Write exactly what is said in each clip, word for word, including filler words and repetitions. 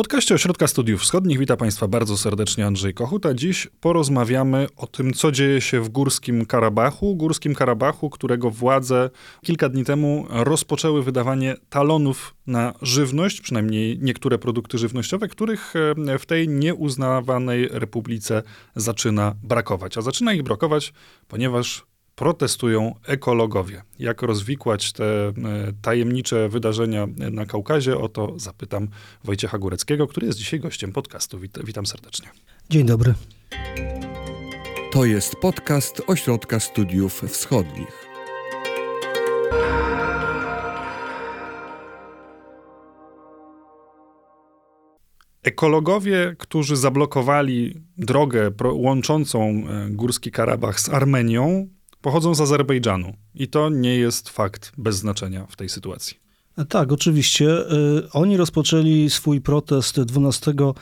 podcaście Ośrodka Studiów Wschodnich witam Państwa bardzo serdecznie Andrzej Kochut, a dziś porozmawiamy o tym, co dzieje się w Górskim Karabachu. Górskim Karabachu, którego władze kilka dni temu rozpoczęły wydawanie talonów na żywność, przynajmniej niektóre produkty żywnościowe, których w tej nieuznawanej republice zaczyna brakować. A zaczyna ich brakować, ponieważ protestują ekologowie. Jak rozwikłać te tajemnicze wydarzenia na Kaukazie? O to zapytam Wojciecha Góreckiego, który jest dzisiaj gościem podcastu. Wit- witam serdecznie. Dzień dobry. To jest podcast Ośrodka Studiów Wschodnich. Ekologowie, którzy zablokowali drogę pro- łączącą Górski Karabach z Armenią, pochodzą z Azerbejdżanu. I to nie jest fakt bez znaczenia w tej sytuacji. Tak, oczywiście. Oni rozpoczęli swój protest dwunastego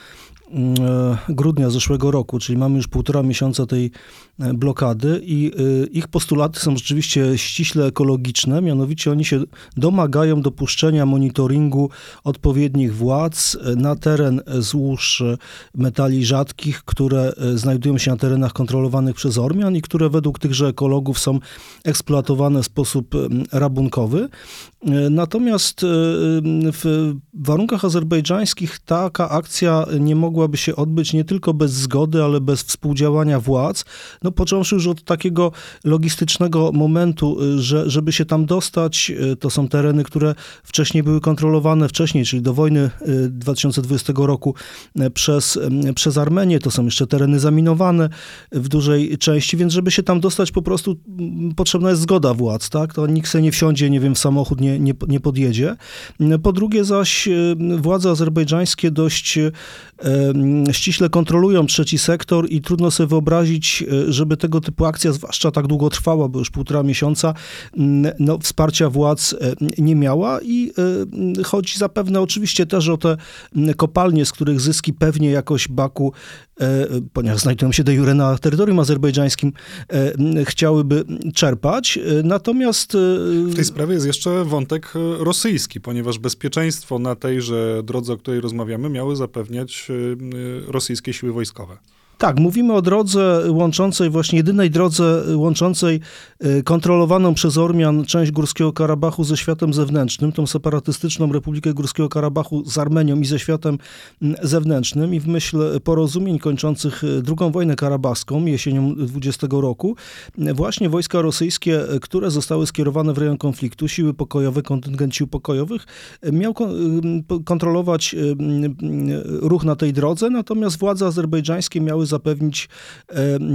grudnia zeszłego roku, czyli mamy już półtora miesiąca tej blokady i ich postulaty są rzeczywiście ściśle ekologiczne, mianowicie oni się domagają dopuszczenia monitoringu odpowiednich władz na teren złóż metali rzadkich, które znajdują się na terenach kontrolowanych przez Ormian i które według tychże ekologów są eksploatowane w sposób rabunkowy. Natomiast w warunkach azerbejdżańskich taka akcja nie mogłaby się odbyć nie tylko bez zgody, ale bez współdziałania władz. No począwszy już od takiego logistycznego momentu, że żeby się tam dostać, to są tereny, które wcześniej były kontrolowane wcześniej, czyli do wojny dwa tysiące dwudziestego roku przez, przez Armenię. To są jeszcze tereny zaminowane w dużej części, więc żeby się tam dostać po prostu potrzebna jest zgoda władz, tak? To nikt sobie nie wsiądzie, nie wiem, w samochód nie, nie, nie podjedzie. Po drugie zaś władze azerbejdżańskie dość ściśle kontrolują trzeci sektor i trudno sobie wyobrazić, żeby tego typu akcja, zwłaszcza tak długo trwała, bo już półtora miesiąca, no, wsparcia władz nie miała i chodzi zapewne oczywiście też o te kopalnie, z których zyski pewnie jakoś Baku, ponieważ znajdują się de jure na terytorium azerbejdżańskim, chciałyby czerpać. Natomiast w tej sprawie jest jeszcze wątek rosyjski, ponieważ bezpieczeństwo na tejże drodze, o której rozmawiamy, miały zapewniać rosyjskie siły wojskowe. Tak, mówimy o drodze łączącej, właśnie jedynej drodze łączącej kontrolowaną przez Ormian część Górskiego Karabachu ze światem zewnętrznym, tą separatystyczną Republikę Górskiego Karabachu z Armenią i ze światem zewnętrznym i w myśl porozumień kończących drugą wojnę karabachską jesienią dwudziestego roku, właśnie wojska rosyjskie, które zostały skierowane w rejon konfliktu, siły pokojowe, kontyngent sił pokojowych, miał kontrolować ruch na tej drodze, natomiast władze azerbejdżańskie miały zapewnić e,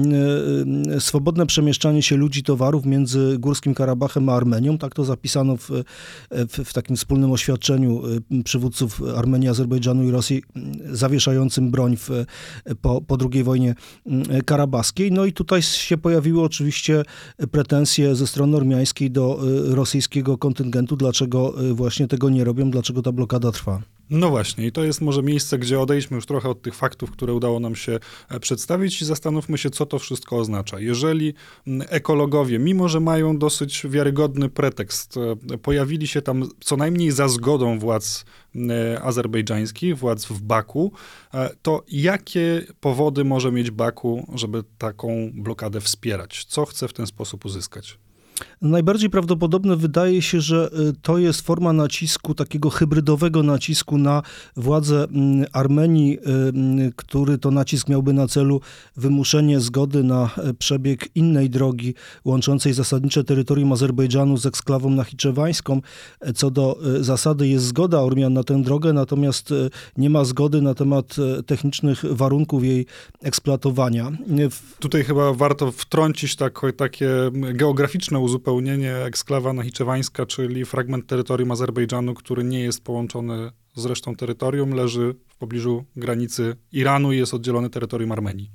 e, swobodne przemieszczanie się ludzi, towarów między Górskim Karabachem a Armenią. Tak to zapisano w, w, w takim wspólnym oświadczeniu przywódców Armenii, Azerbejdżanu i Rosji zawieszającym broń w, po, po drugiej wojnie karabachskiej. No i tutaj się pojawiły oczywiście pretensje ze strony ormiańskiej do rosyjskiego kontyngentu, dlaczego właśnie tego nie robią, dlaczego ta blokada trwa. No właśnie, i to jest może miejsce, gdzie odejdźmy już trochę od tych faktów, które udało nam się przedstawić i zastanówmy się, co to wszystko oznacza. Jeżeli ekologowie, mimo że mają dosyć wiarygodny pretekst, pojawili się tam co najmniej za zgodą władz azerbejdżańskich, władz w Baku, to jakie powody może mieć Baku, żeby taką blokadę wspierać? Co chce w ten sposób uzyskać? Najbardziej prawdopodobne wydaje się, że to jest forma nacisku, takiego hybrydowego nacisku na władze Armenii, który to nacisk miałby na celu wymuszenie zgody na przebieg innej drogi łączącej zasadnicze terytorium Azerbejdżanu z eksklawą nachiczewańską. Co do zasady jest zgoda Ormian na tę drogę, natomiast nie ma zgody na temat technicznych warunków jej eksploatowania. Tutaj chyba warto wtrącić tak, takie geograficzne uzupełnienie. Eksklawa nachiczewańska, czyli fragment terytorium Azerbejdżanu, który nie jest połączony z resztą terytorium, leży w pobliżu granicy Iranu i jest oddzielony terytorium Armenii.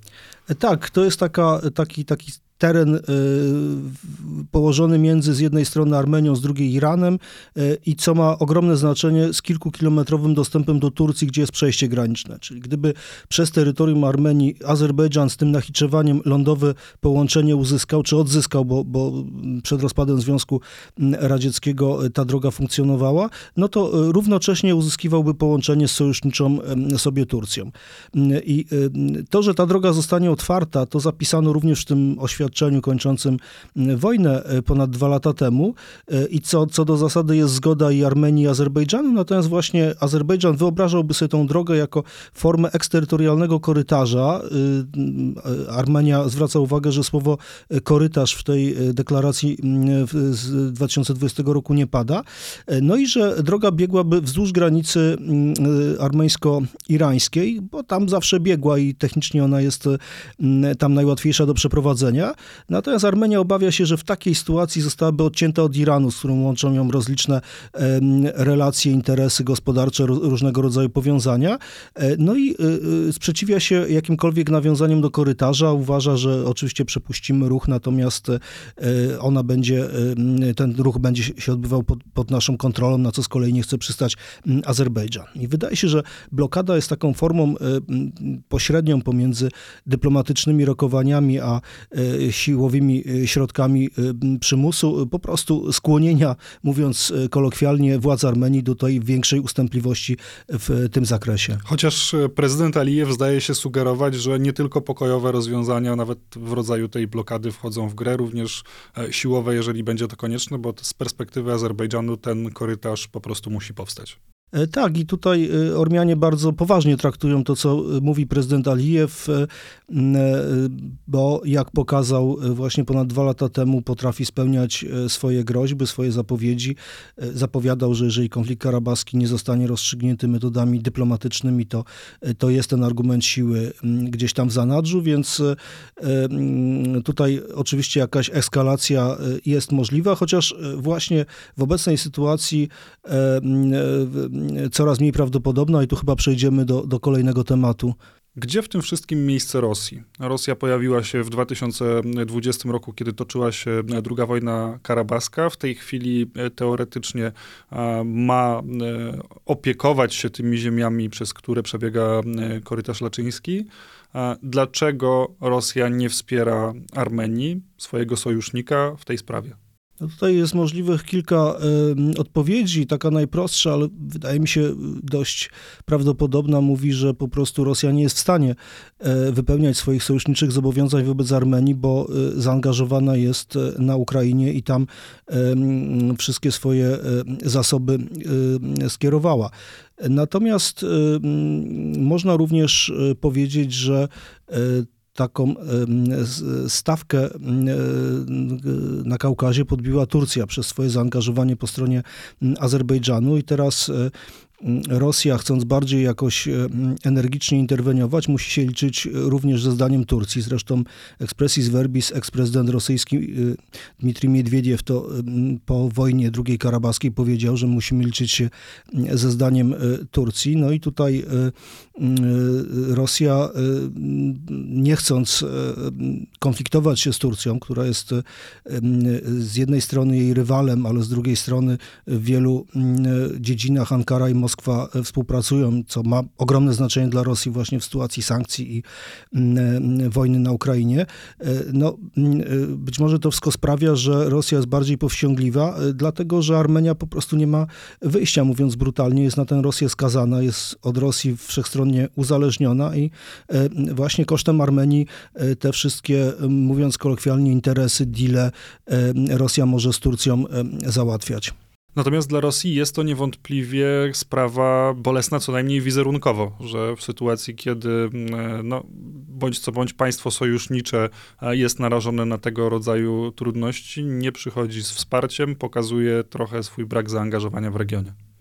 Tak, to jest taka, taki, taki teren y, położony między z jednej strony Armenią, z drugiej Iranem y, i co ma ogromne znaczenie z kilkukilometrowym dostępem do Turcji, gdzie jest przejście graniczne. Czyli gdyby przez terytorium Armenii Azerbejdżan z tym nachiczewaniem lądowe połączenie uzyskał, czy odzyskał, bo, bo przed rozpadem Związku Radzieckiego ta droga funkcjonowała, no to y, równocześnie uzyskiwałby połączenie z sojuszniczą y, sobie Turcją. Y, I y, to, że ta droga zostanie otwarta, to zapisano również w tym oświadczeniu kończącym wojnę ponad dwa lata temu i co, co do zasady jest zgoda i Armenii, i Azerbejdżanu, natomiast właśnie Azerbejdżan wyobrażałby sobie tą drogę jako formę eksterytorialnego korytarza. Armenia zwraca uwagę, że słowo korytarz w tej deklaracji z dwa tysiące dwudziestego roku nie pada. No i że droga biegłaby wzdłuż granicy armeńsko-irańskiej, bo tam zawsze biegła i technicznie ona jest tam najłatwiejsza do przeprowadzenia. Natomiast Armenia obawia się, że w takiej sytuacji zostałaby odcięta od Iranu, z którym łączą ją rozliczne relacje, interesy gospodarcze, różnego rodzaju powiązania. No i sprzeciwia się jakimkolwiek nawiązaniom do korytarza. Uważa, że oczywiście przepuścimy ruch, natomiast ona będzie, ten ruch będzie się odbywał pod, pod naszą kontrolą, na co z kolei nie chce przystać Azerbejdżan. I wydaje się, że blokada jest taką formą pośrednią pomiędzy dyplomatycznymi rokowaniami a siłowymi środkami przymusu, po prostu skłonienia, mówiąc kolokwialnie, władz Armenii do tej większej ustępliwości w tym zakresie. Chociaż prezydent Alijew zdaje się sugerować, że nie tylko pokojowe rozwiązania, nawet w rodzaju tej blokady wchodzą w grę, również siłowe, jeżeli będzie to konieczne, bo z perspektywy Azerbejdżanu ten korytarz po prostu musi powstać. Tak, i tutaj Ormianie bardzo poważnie traktują to, co mówi prezydent Alijew, bo jak pokazał właśnie ponad dwa lata temu, potrafi spełniać swoje groźby, swoje zapowiedzi. Zapowiadał, że jeżeli konflikt karabaski nie zostanie rozstrzygnięty metodami dyplomatycznymi, to, to jest ten argument siły gdzieś tam w zanadrzu, więc tutaj oczywiście jakaś eskalacja jest możliwa, chociaż właśnie w obecnej sytuacji coraz mniej prawdopodobna i tu chyba przejdziemy do, do kolejnego tematu. Gdzie w tym wszystkim miejsce Rosji? Rosja pojawiła się w dwa tysiące dwudziestym roku, kiedy toczyła się druga wojna karabaska. W tej chwili teoretycznie ma opiekować się tymi ziemiami, przez które przebiega korytarz laczyński. Dlaczego Rosja nie wspiera Armenii, swojego sojusznika, w tej sprawie? No tutaj jest możliwych kilka y, odpowiedzi. Taka najprostsza, ale wydaje mi się dość prawdopodobna, mówi, że po prostu Rosja nie jest w stanie y, wypełniać swoich sojuszniczych zobowiązań wobec Armenii, bo y, zaangażowana jest na Ukrainie i tam y, y, wszystkie swoje y, zasoby y, skierowała. Natomiast y, y, można również y, powiedzieć, że y, taką stawkę na Kaukazie podbiła Turcja przez swoje zaangażowanie po stronie Azerbejdżanu i teraz Rosja, chcąc bardziej jakoś energicznie interweniować, musi się liczyć również ze zdaniem Turcji. Zresztą expressis verbis eks-prezydent rosyjski Dmitrij Miedwiediew to po wojnie drugiej karabaskiej powiedział, że musimy liczyć się ze zdaniem Turcji. No i tutaj Rosja, nie chcąc konfliktować się z Turcją, która jest z jednej strony jej rywalem, ale z drugiej strony w wielu dziedzinach Ankara i Moskwa Moskwa współpracują, co ma ogromne znaczenie dla Rosji właśnie w sytuacji sankcji i wojny na Ukrainie. No, być może to wszystko sprawia, że Rosja jest bardziej powściągliwa, dlatego że Armenia po prostu nie ma wyjścia, mówiąc brutalnie, jest na tę Rosję skazana, jest od Rosji wszechstronnie uzależniona i właśnie kosztem Armenii te wszystkie, mówiąc kolokwialnie, interesy, deale Rosja może z Turcją załatwiać. Natomiast dla Rosji jest to niewątpliwie sprawa bolesna, co najmniej wizerunkowo, że w sytuacji, kiedy no, bądź co bądź państwo sojusznicze jest narażone na tego rodzaju trudności, nie przychodzi z wsparciem, pokazuje trochę swój brak zaangażowania w regionie.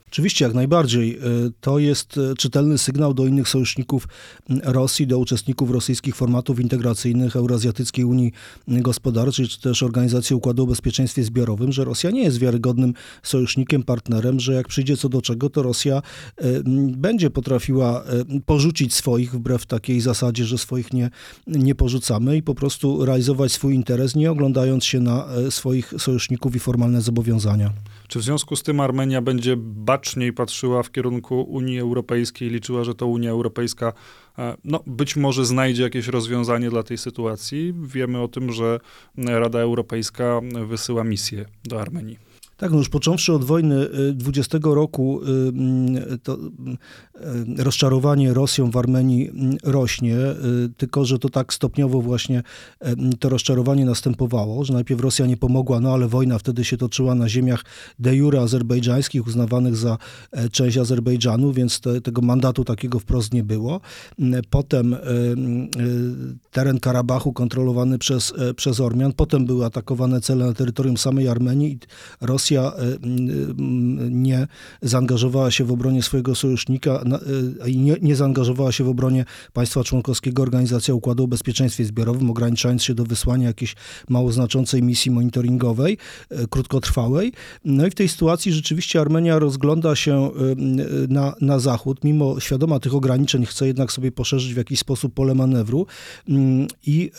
Oczywiście, jak najbardziej. To jest czytelny sygnał do innych sojuszników Rosji, do uczestników rosyjskich formatów integracyjnych Eurazjatyckiej Unii Gospodarczej, czy też Organizacji Układu o Bezpieczeństwie Zbiorowym, że Rosja nie jest wiarygodnym sojusznikiem, partnerem, że jak przyjdzie co do czego, to Rosja będzie potrafiła porzucić swoich, wbrew takiej zasadzie, że swoich nie, nie porzucamy i po prostu realizować swój interes, nie oglądając się na swoich sojuszników i formalne zobowiązania. Czy w związku z tym Armenia będzie baczniej patrzyła w kierunku Unii Europejskiej, liczyła, że to Unia Europejska no, być może znajdzie jakieś rozwiązanie dla tej sytuacji? Wiemy o tym, że Rada Europejska wysyła misję do Armenii. Tak, no już począwszy od wojny dwudziestego roku, to rozczarowanie Rosją w Armenii rośnie, tylko że to tak stopniowo właśnie to rozczarowanie następowało, że najpierw Rosja nie pomogła, no ale wojna wtedy się toczyła na ziemiach de jure azerbejdżańskich, uznawanych za część Azerbejdżanu, więc te, tego mandatu takiego wprost nie było. Potem teren Karabachu kontrolowany przez, przez Ormian, potem były atakowane cele na terytorium samej Armenii i Rosja nie zaangażowała się w obronie swojego sojusznika i nie, nie zaangażowała się w obronie państwa członkowskiego Organizacji Układu o Bezpieczeństwie Zbiorowym, ograniczając się do wysłania jakiejś mało znaczącej misji monitoringowej, krótkotrwałej. No i w tej sytuacji rzeczywiście Armenia rozgląda się na, na zachód, mimo świadoma tych ograniczeń chce jednak sobie poszerzyć w jakiś sposób pole manewru i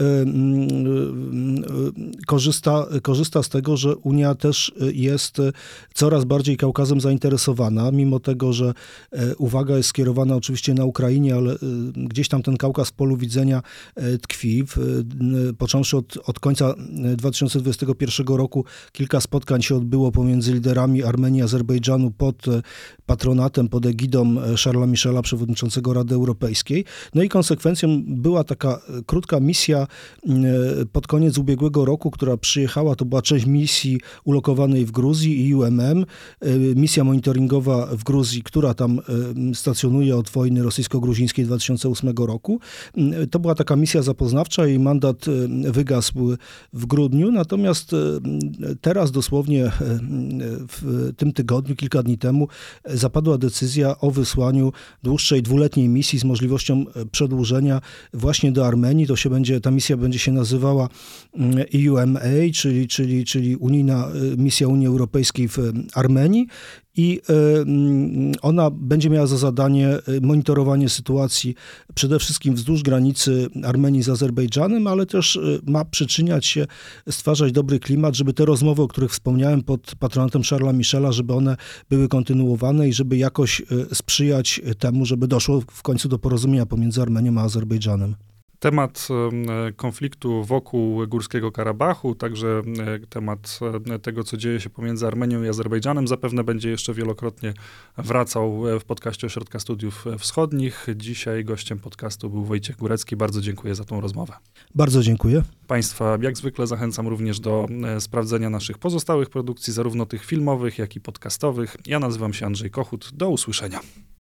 korzysta, korzysta z tego, że Unia też jest coraz bardziej Kaukazem zainteresowana, mimo tego, że uwaga jest skierowana oczywiście na Ukrainie, ale gdzieś tam ten Kaukaz w polu widzenia tkwi. Począwszy od, od końca dwa tysiące dwudziestego pierwszego roku kilka spotkań się odbyło pomiędzy liderami Armenii i Azerbejdżanu pod patronatem, pod egidą Charlesa Michela, przewodniczącego Rady Europejskiej. No i konsekwencją była taka krótka misja pod koniec ubiegłego roku, która przyjechała, to była część misji ulokowanej w Gruzji i U M M, misja monitoringowa w Gruzji, która tam stacjonuje od wojny rosyjsko-gruzińskiej dwa tysiące ósmego roku. To była taka misja zapoznawcza, jej mandat wygasł w grudniu, natomiast teraz dosłownie w tym tygodniu, kilka dni temu, zapadła decyzja o wysłaniu dłuższej, dwuletniej misji z możliwością przedłużenia właśnie do Armenii. To się będzie, ta misja będzie się nazywała E U M A, czyli, czyli, czyli Unijna Misja Unii Europejskiej w Armenii i ona będzie miała za zadanie monitorowanie sytuacji przede wszystkim wzdłuż granicy Armenii z Azerbejdżanem, ale też ma przyczyniać się, stwarzać dobry klimat, żeby te rozmowy, o których wspomniałem pod patronatem Charlesa Michela, żeby one były kontynuowane i żeby jakoś sprzyjać temu, żeby doszło w końcu do porozumienia pomiędzy Armenią a Azerbejdżanem. Temat konfliktu wokół Górskiego Karabachu, także temat tego, co dzieje się pomiędzy Armenią i Azerbejdżanem, zapewne będzie jeszcze wielokrotnie wracał w podcaście Ośrodka Studiów Wschodnich. Dzisiaj gościem podcastu był Wojciech Górecki. Bardzo dziękuję za tą rozmowę. Bardzo dziękuję. Państwa jak zwykle zachęcam również do sprawdzenia naszych pozostałych produkcji, zarówno tych filmowych, jak i podcastowych. Ja nazywam się Andrzej Kochut. Do usłyszenia.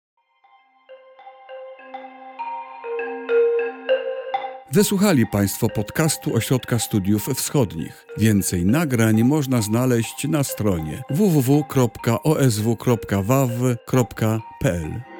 Wysłuchali Państwo podcastu Ośrodka Studiów Wschodnich. Więcej nagrań można znaleźć na stronie w w w kropka o s w kropka w a w kropka p l.